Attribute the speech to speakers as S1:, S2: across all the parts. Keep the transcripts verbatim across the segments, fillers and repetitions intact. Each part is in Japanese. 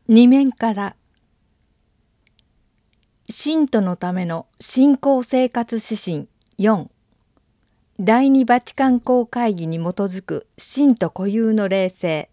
S1: に面から信徒のための信仰生活指針よん、第二バチカン公会議に基づく信徒固有の霊性。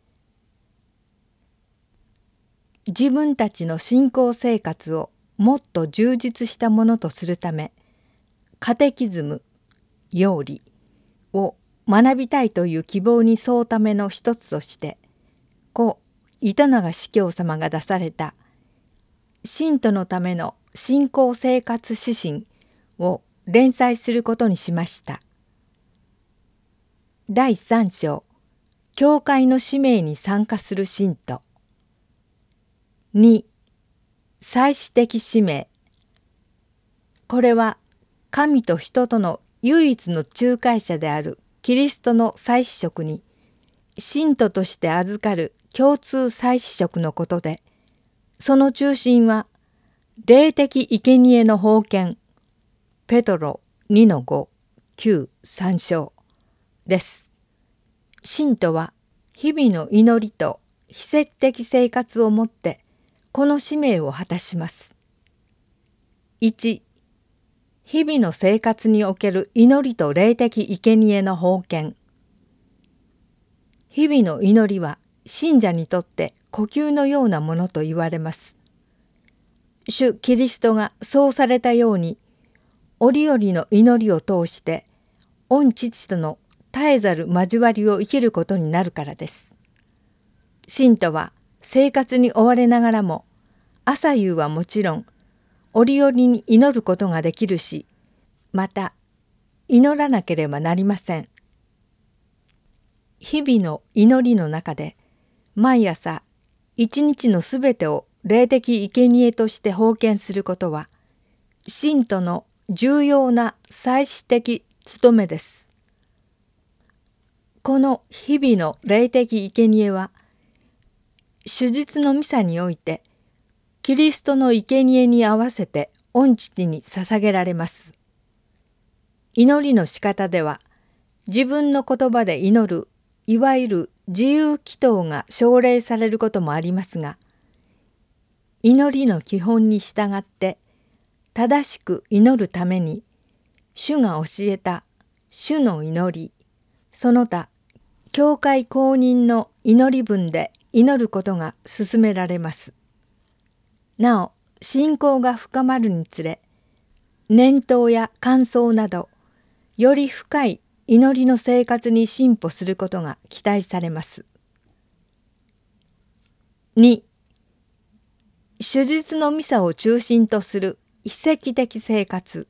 S1: 自分たちの信仰生活をもっと充実したものとするため、カテキズム、要理を学びたいという希望に沿うための一つとして、故糸永司教様が出された信徒のための信仰生活指針を連載することにしました。だいさん章、教会の使命に参加する信徒。に、祭司的使命。これは神と人との唯一の仲介者であるキリストの祭司職に信徒として預かる共通祭司職のことで、その中心は霊的生贄の奉献、ペトロ にのご、きゅう、さん章です。信徒は日々の祈りと非跡的生活をもってこの使命を果たします。いち、日々の生活における祈りと霊的生贄の奉献。日々の祈りは信者にとって呼吸のようなものと言われます。主キリストがそうされたように、折々の祈りを通して御父との絶えざる交わりを生きることになるからです。信徒は生活に追われながらも、朝夕はもちろん折々に祈ることができるし、また祈らなければなりません。日々の祈りの中で毎朝一日のすべてを霊的生贄として奉献することは、信徒の重要な祭司的務めです。この日々の霊的生贄は、主日のミサにおいてキリストの生贄に合わせて御父に捧げられます。祈りの仕方では、自分の言葉で祈るいわゆる自由祈祷が奨励されることもありますが、祈りの基本に従って正しく祈るために、主が教えた主の祈り、その他教会公認の祈り文で祈ることが勧められます。なお、信仰が深まるにつれ、念祷や感想など、より深い祈りの生活に進歩することが期待されます。に、主日のミサを中心とする非跡的生活。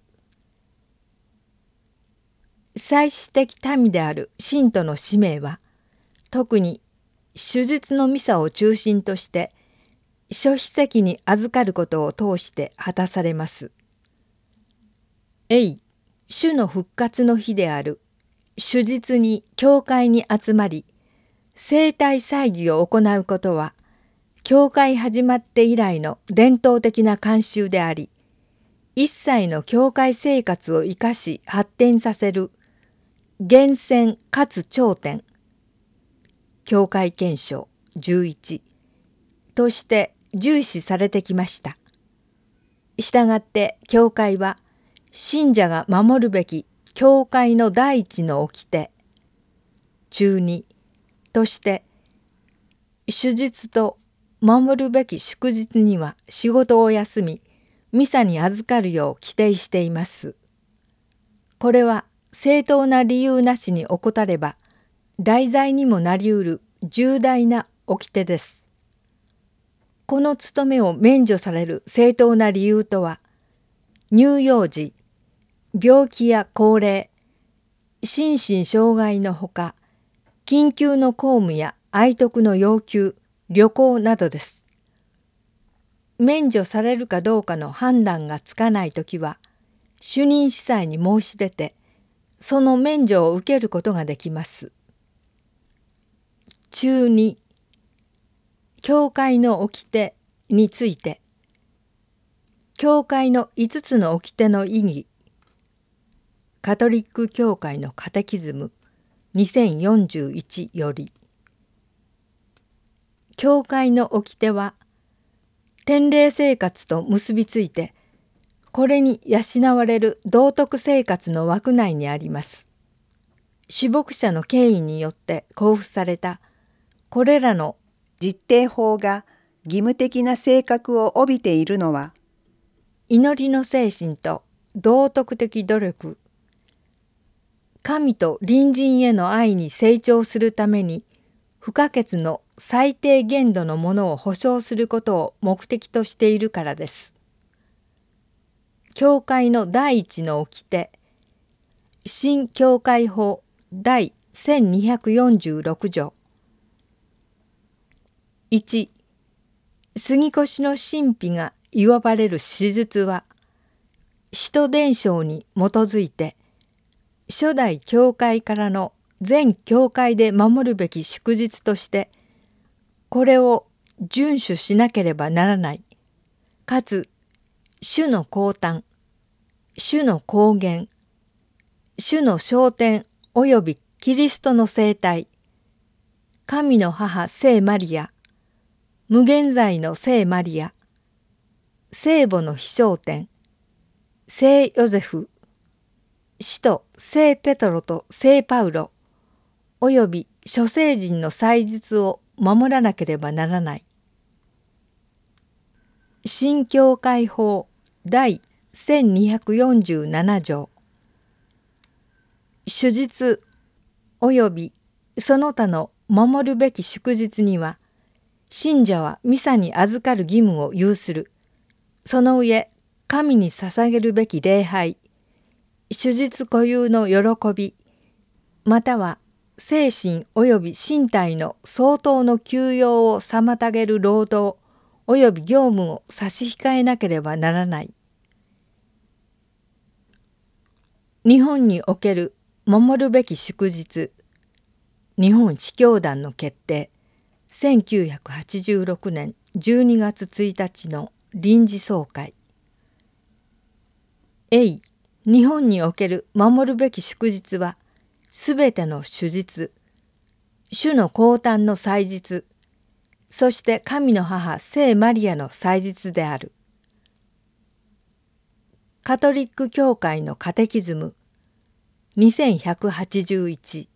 S1: 祭司的民である信徒の使命は、特に主日のミサを中心として諸非跡に預かることを通して果たされます。えい、主の復活の日である主日に教会に集まり、聖体祭儀を行うことは、教会始まって以来の伝統的な慣習であり、一切の教会生活を生かし発展させる源泉かつ頂点、教会憲章じゅういちとして重視されてきました。したがって教会は、信者が守るべき教会の第一の掟、中二として、主日と守るべき祝日には仕事を休み、ミサに預かるよう規定しています。これは正当な理由なしに怠れば、大罪にもなりうる重大な掟です。この務めを免除される正当な理由とは、乳幼児、病気や高齢、心身障害のほか、緊急の公務や愛徳の要求、旅行などです。免除されるかどうかの判断がつかないときは、主任司祭に申し出て、その免除を受けることができます。中に、教会の掟について、教会のいつつの掟の意義、カトリック教会のカテキズムにせんよんじゅういちより、 教会の掟は典礼生活と結びついて、これに養われる道徳生活の枠内にあります。司牧者の権威によって交付されたこれらの
S2: 実定法が義務的な性格を帯びているのは、
S1: 祈りの精神と道徳的努力、神と隣人への愛に成長するために不可欠の最低限度のものを保障することを目的としているからです。教会の第一の掟、新教会法第せんにひゃくよんじゅうろく条。いち、杉越の神秘が祝われる手術は、使徒伝承に基づいて、初代教会からの全教会で守るべき祝日として、これを遵守しなければならない。かつ、主の降誕、主の降原、主の昇天およびキリストの生体、神の母聖マリア、無限在の聖マリア、聖母の飛翔天、聖ヨゼフ、使徒聖ペトロと聖パウロ、および諸聖人の祭日を守らなければならない。新教会法第せんにひゃくよんじゅうなな条。主日およびその他の守るべき祝日には、信者はミサに預かる義務を有する。その上、神に捧げるべき礼拝、主日固有の喜び、または精神および身体の相当の休養を妨げる労働および業務を差し控えなければならない。日本における守るべき祝日、日本司教団の決定、せんきゅうひゃくはちじゅうろくねんじゅうにがつついたちの臨時総会。A、日本における守るべき祝日は、すべての主日、主の降誕の祭日、そして神の母聖マリアの祭日である。カトリック教会のカテキズムにせんひゃくはちじゅういち。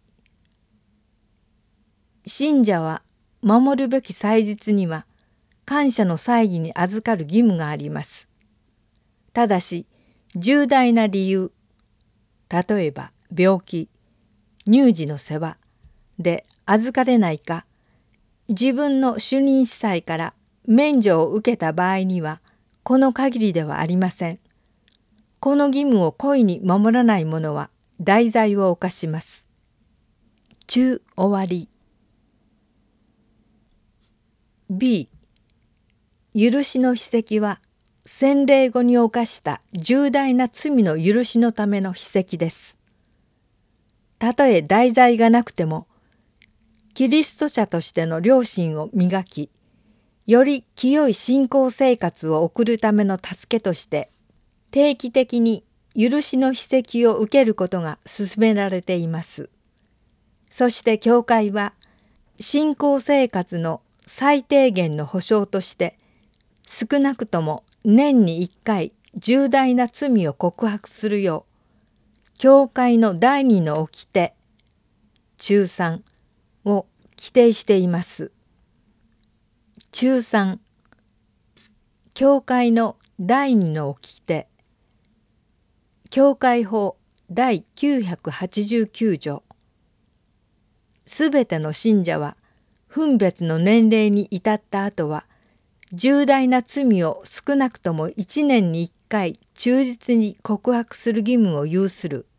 S1: 信者は守るべき祭日には感謝の祭儀に預かる義務があります。ただし重大な理由、例えば病気、乳児の世話で預かれないか、自分の主任司祭から免除を受けた場合にはこの限りではありません。この義務を故意に守らない者は大罪を犯します。中終わり。B、許しの筆跡は洗礼後に犯した重大な罪の許しのための筆跡です。たとえ大罪がなくても、キリスト者としての良心を磨き、より清い信仰生活を送るための助けとして、定期的に許しの筆跡を受けることが勧められています。そして教会は、信仰生活の最低限の保障として、少なくとも年にいっかい重大な罪を告白するよう、教会の第二の掟、中さんを規定しています。中さん、教会の第二の掟、教会法第きゅうひゃくはちじゅうきゅう条。すべての信者は、分別の年齢に至った後は、重大な罪を少なくともいちねんにいっかい忠実に告白する義務を有する。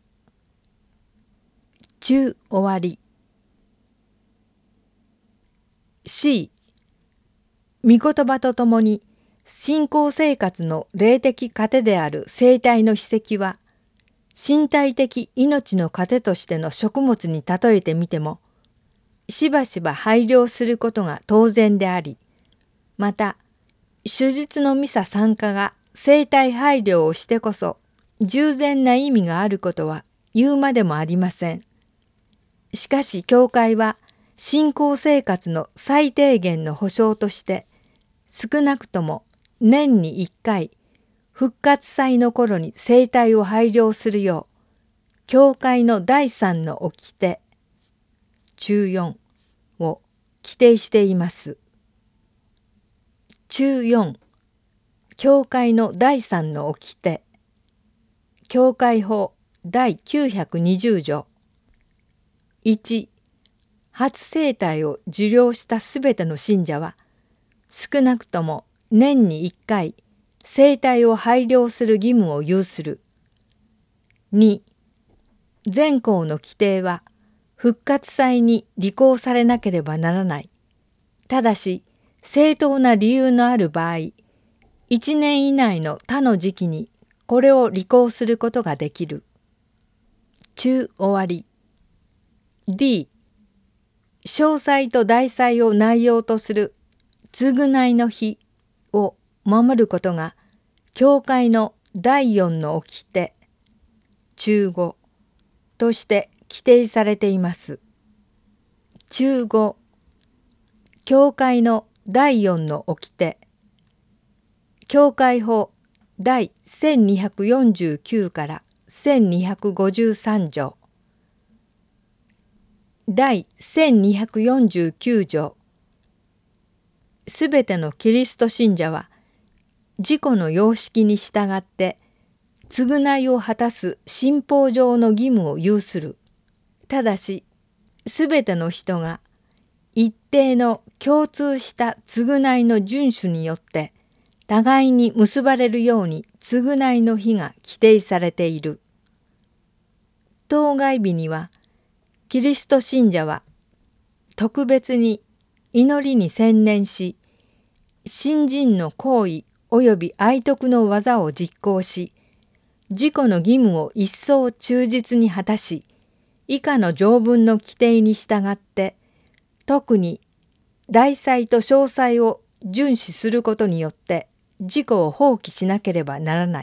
S1: 中終わり。C、御言葉とともに信仰生活の霊的糧である生体の筆跡は、身体的命の糧としての食物に例えてみても、しばしば配慮することが当然であり、また、主日のミサ参加が生体配慮をしてこそ、従前な意味があることは言うまでもありません。しかし教会は、 信仰生活の最低限の保障として少なくとも年にいっかい復活祭の頃に聖体を拝領するよう教会の第三の掟中よんを規定しています。中よん教会の第三の掟教会法第きゅうひゃくにじゅう条いち初聖体を受領したすべての信者は少なくとも年にいっかい聖体を拝領する義務を有する。に前項の規定は復活祭に履行されなければならない。ただし正当な理由のある場合、いちねん以内の他の時期にこれを履行することができる。中終わり。D 詳細と題材を内容とする償いの日を守ることが教会のだいよんの掟中ごとして規定されています。中ご教会のだいよんの掟教会法第せんにひゃくよんじゅうきゅうからせんにひゃくごじゅうさん条第せんにひゃくよんじゅうきゅう条すべてのキリスト信者は自己の様式に従って償いを果たす信法上の義務を有する。ただしすべての人が一定の共通した償いの遵守によって互いに結ばれるように償いの日が規定されている。当該日にはキリスト信者は特別に祈りに専念し、信心の行為および愛徳の技を実行し、自己の義務を一層忠実に果たし、以下の条文の規定に従って、特に題材と詳細を遵守することによって自己を放棄しなければならない。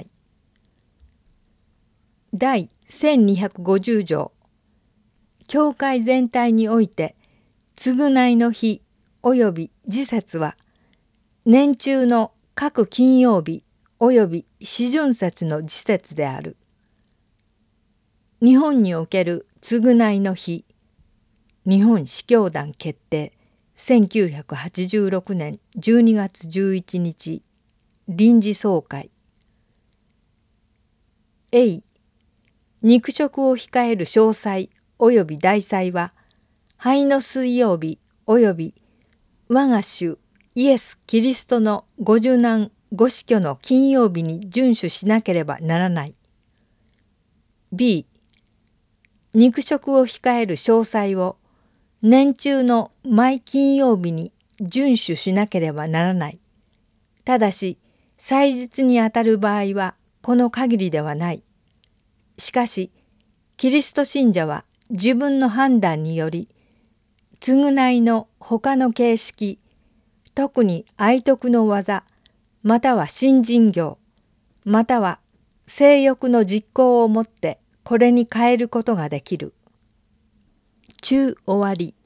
S1: 第せんにひゃくごじゅう条教会全体において償いの日および時節は年中の各金曜日および四旬節の時節である。日本における償いの日日本司教団決定せんきゅうひゃくはちじゅうろくねんじゅうにがつじゅういちにち臨時総会 A 肉食を控える詳細および題材は灰の水曜日および我が主イエス・キリストのご受難ご死去の金曜日に遵守しなければならない。B 肉食を控える詳細を年中の毎金曜日に遵守しなければならない。ただし祭日にあたる場合はこの限りではない。しかしキリスト信者は自分の判断により償いの他の形式、特に愛徳の技、または信心業、または性欲の実行をもってこれに変えることができる。中終わり。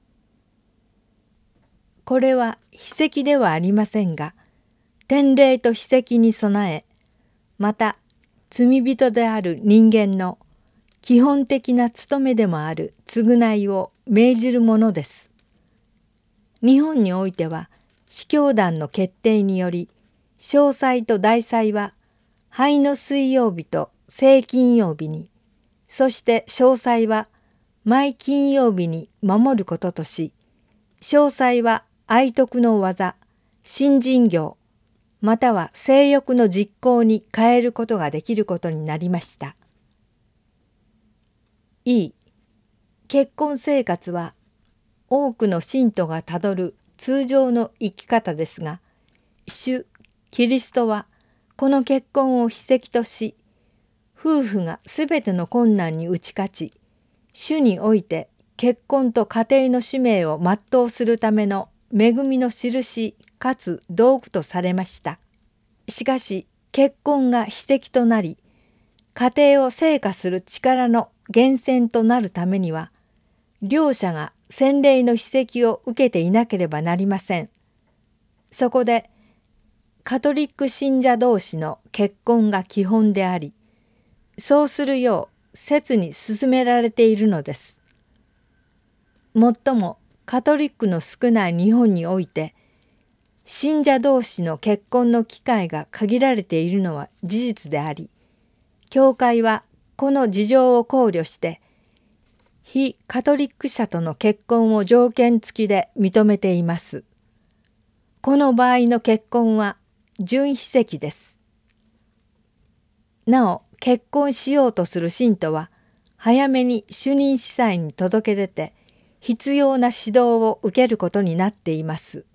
S1: これは秘跡ではありませんが、典礼と秘跡に備え、また罪人である人間の基本的な務めでもある償いを命じるものです。日本においては司教団の決定により、詳細と題材は灰の水曜日と正金曜日に、そして詳細は毎金曜日に守ることとし、詳細は愛徳の技、信心業、または性欲の実行に変えることができることになりました。E、結婚生活は多くの信徒がたどる通常の生き方ですが、主キリストはこの結婚を秘跡とし、夫婦がすべての困難に打ち勝ち、主において結婚と家庭の使命を全うするための恵みの印かつ道具とされました。しかし結婚が秘跡となり、家庭を成果する力の源泉となるためには、両者が洗礼の筆跡を受けていなければなりません。そこでカトリック信者同士の結婚が基本であり、そうするよう切に勧められているのです。もっともカトリックの少ない日本において、信者同士の結婚の機会が限られているのは事実であり、教会はこの事情を考慮して、非カトリック者との結婚を条件付きで認めています。この場合の結婚は準非籍です。なお、結婚しようとする信徒は、早めに主任司祭に届け出て、必要な指導を受けることになっています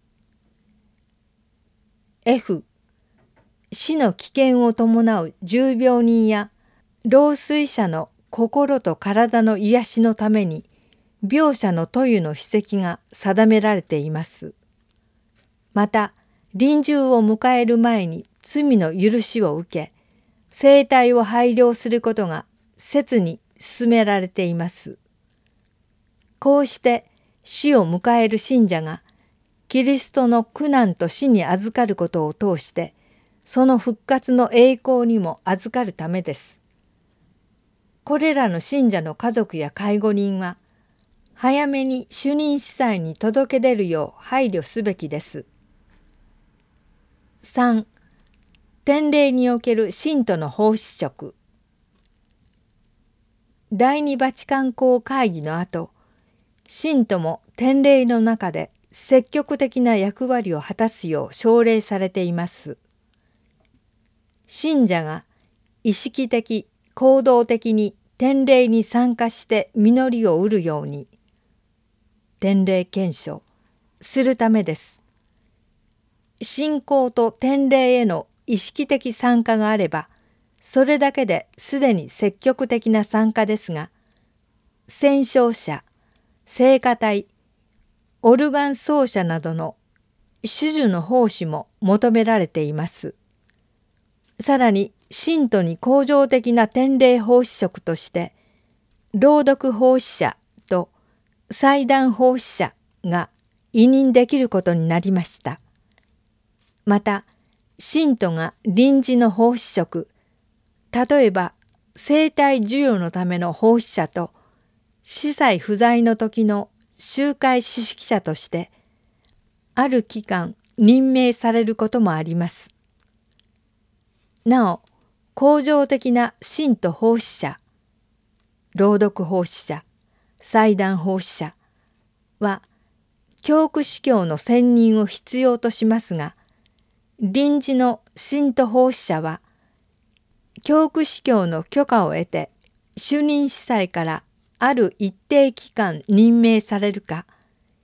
S1: 。F、死の危険を伴う重病人や老衰者の心と体の癒しのために、病者の塗油の筆跡が定められています。また、臨終を迎える前に罪の許しを受け、生体を拝領することが切に勧められています。こうして死を迎える信者がキリストの苦難と死に預かることを通して、その復活の栄光にも預かるためです。これらの信者の家族や介護人は、早めに主任司祭に届け出るよう配慮すべきです。さん、典礼における信徒の奉仕職。第二バチカン公会議の後、信徒も典礼の中で積極的な役割を果たすよう奨励されています。信者が意識的、行動的に典礼に参加して実りを得るように、典礼検証するためです。信仰と典礼への意識的参加があれば、それだけですでに積極的な参加ですが、宣唱者、聖歌隊、オルガン奏者などの種々の奉仕も求められています。さらに、信徒に恒常的な典礼奉仕職として、朗読奉仕者と祭壇奉仕者が委任できることになりました。また、信徒が臨時の奉仕職、例えば生体授与のための奉仕者と司祭不在の時の集会司式者として、ある期間任命されることもあります。なお、恒常的な信徒奉仕者、朗読奉仕者、祭壇奉仕者は、教区司教の選任を必要としますが、臨時の信徒奉仕者は、教区司教の許可を得て、主任司祭からある一定期間任命されるか、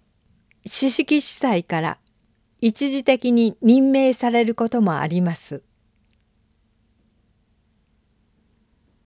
S1: 司式司祭から一時的に任命されることもあります。